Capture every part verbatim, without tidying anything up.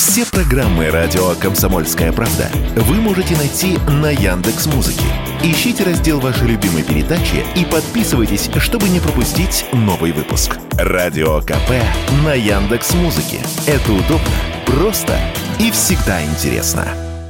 Все программы радио «Комсомольская правда» вы можете найти на Яндекс.Музыке. Ищите раздел вашей любимой передачи и подписывайтесь, чтобы не пропустить новый выпуск. Радио КП на Яндекс.Музыке. Это удобно, просто и всегда интересно.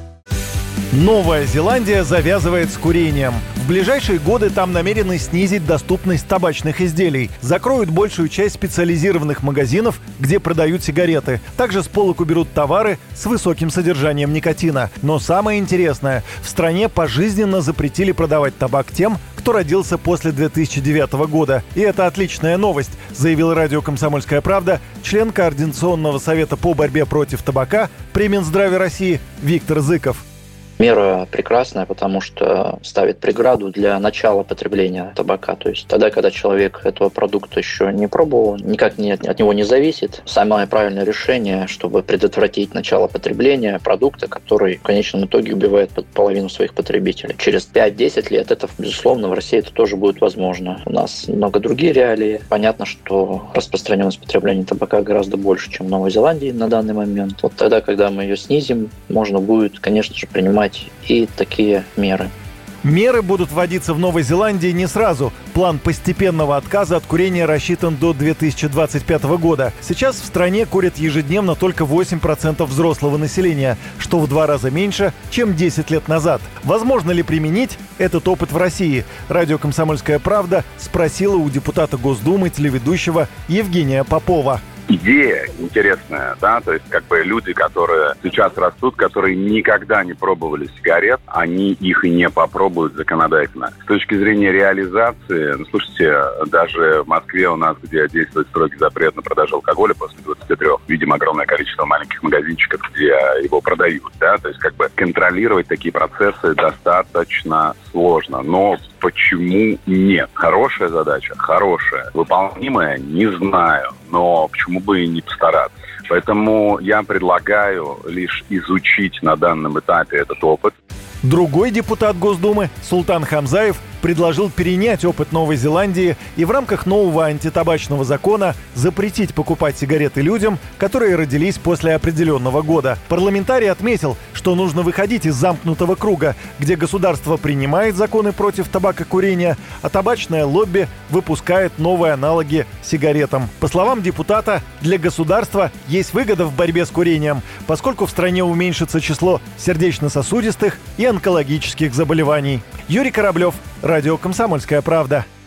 Новая Зеландия завязывает с курением. В ближайшие годы там намерены снизить доступность табачных изделий. Закроют большую часть специализированных магазинов, где продают сигареты. Также с полок уберут товары с высоким содержанием никотина. Но самое интересное, в стране пожизненно запретили продавать табак тем, кто родился после две тысячи девятого года. И это отличная новость, заявил радио «Комсомольская правда» член Координационного совета по борьбе против табака при Минздраве России Виктор Зыков. Мера прекрасная, потому что ставит преграду для начала потребления табака. То есть тогда, когда человек этого продукта еще не пробовал, никак не, от него не зависит. Самое правильное решение, чтобы предотвратить начало потребления продукта, который в конечном итоге убивает половину своих потребителей. Через пять-десять лет это, безусловно, в России это тоже будет возможно. У нас много другие реалии. Понятно, что распространенность потребления табака гораздо больше, чем в Новой Зеландии на данный момент. Вот тогда, когда мы ее снизим, можно будет, конечно же, принимать и такие меры. Меры будут вводиться в Новой Зеландии не сразу. План постепенного отказа от курения рассчитан до две тысячи двадцать пятого года. Сейчас в стране курят ежедневно только восемь процентов взрослого населения, что в два раза меньше, чем десять лет назад. Возможно ли применить этот опыт в России? Радио «Комсомольская правда» спросила у депутата Госдумы, телеведущего Евгения Попова. Идея интересная, да, то есть как бы люди, которые сейчас растут, которые никогда не пробовали сигарет, они их и не попробуют законодательно. С точки зрения реализации, ну, слушайте, даже в Москве у нас, где действует строгий запрет на продажу алкоголя после двадцати трёх, видим огромное количество маленьких магазинчиков, где его продают, да, то есть как бы контролировать такие процессы достаточно сложно, но почему нет? Хорошая задача, хорошая, выполнимая, не знаю, но почему бы и не постараться. Поэтому я предлагаю лишь изучить на данном этапе этот опыт. Другой депутат Госдумы, Султан Хамзаев, предложил перенять опыт Новой Зеландии и в рамках нового антитабачного закона запретить покупать сигареты людям, которые родились после определенного года. Парламентарий отметил, что нужно выходить из замкнутого круга, где государство принимает законы против табакокурения, а табачное лобби выпускает новые аналоги сигаретам. По словам депутата, для государства есть выгода в борьбе с курением, поскольку в стране уменьшится число сердечно-сосудистых и онкологических заболеваний. Юрий Кораблев, радио «Комсомольская правда».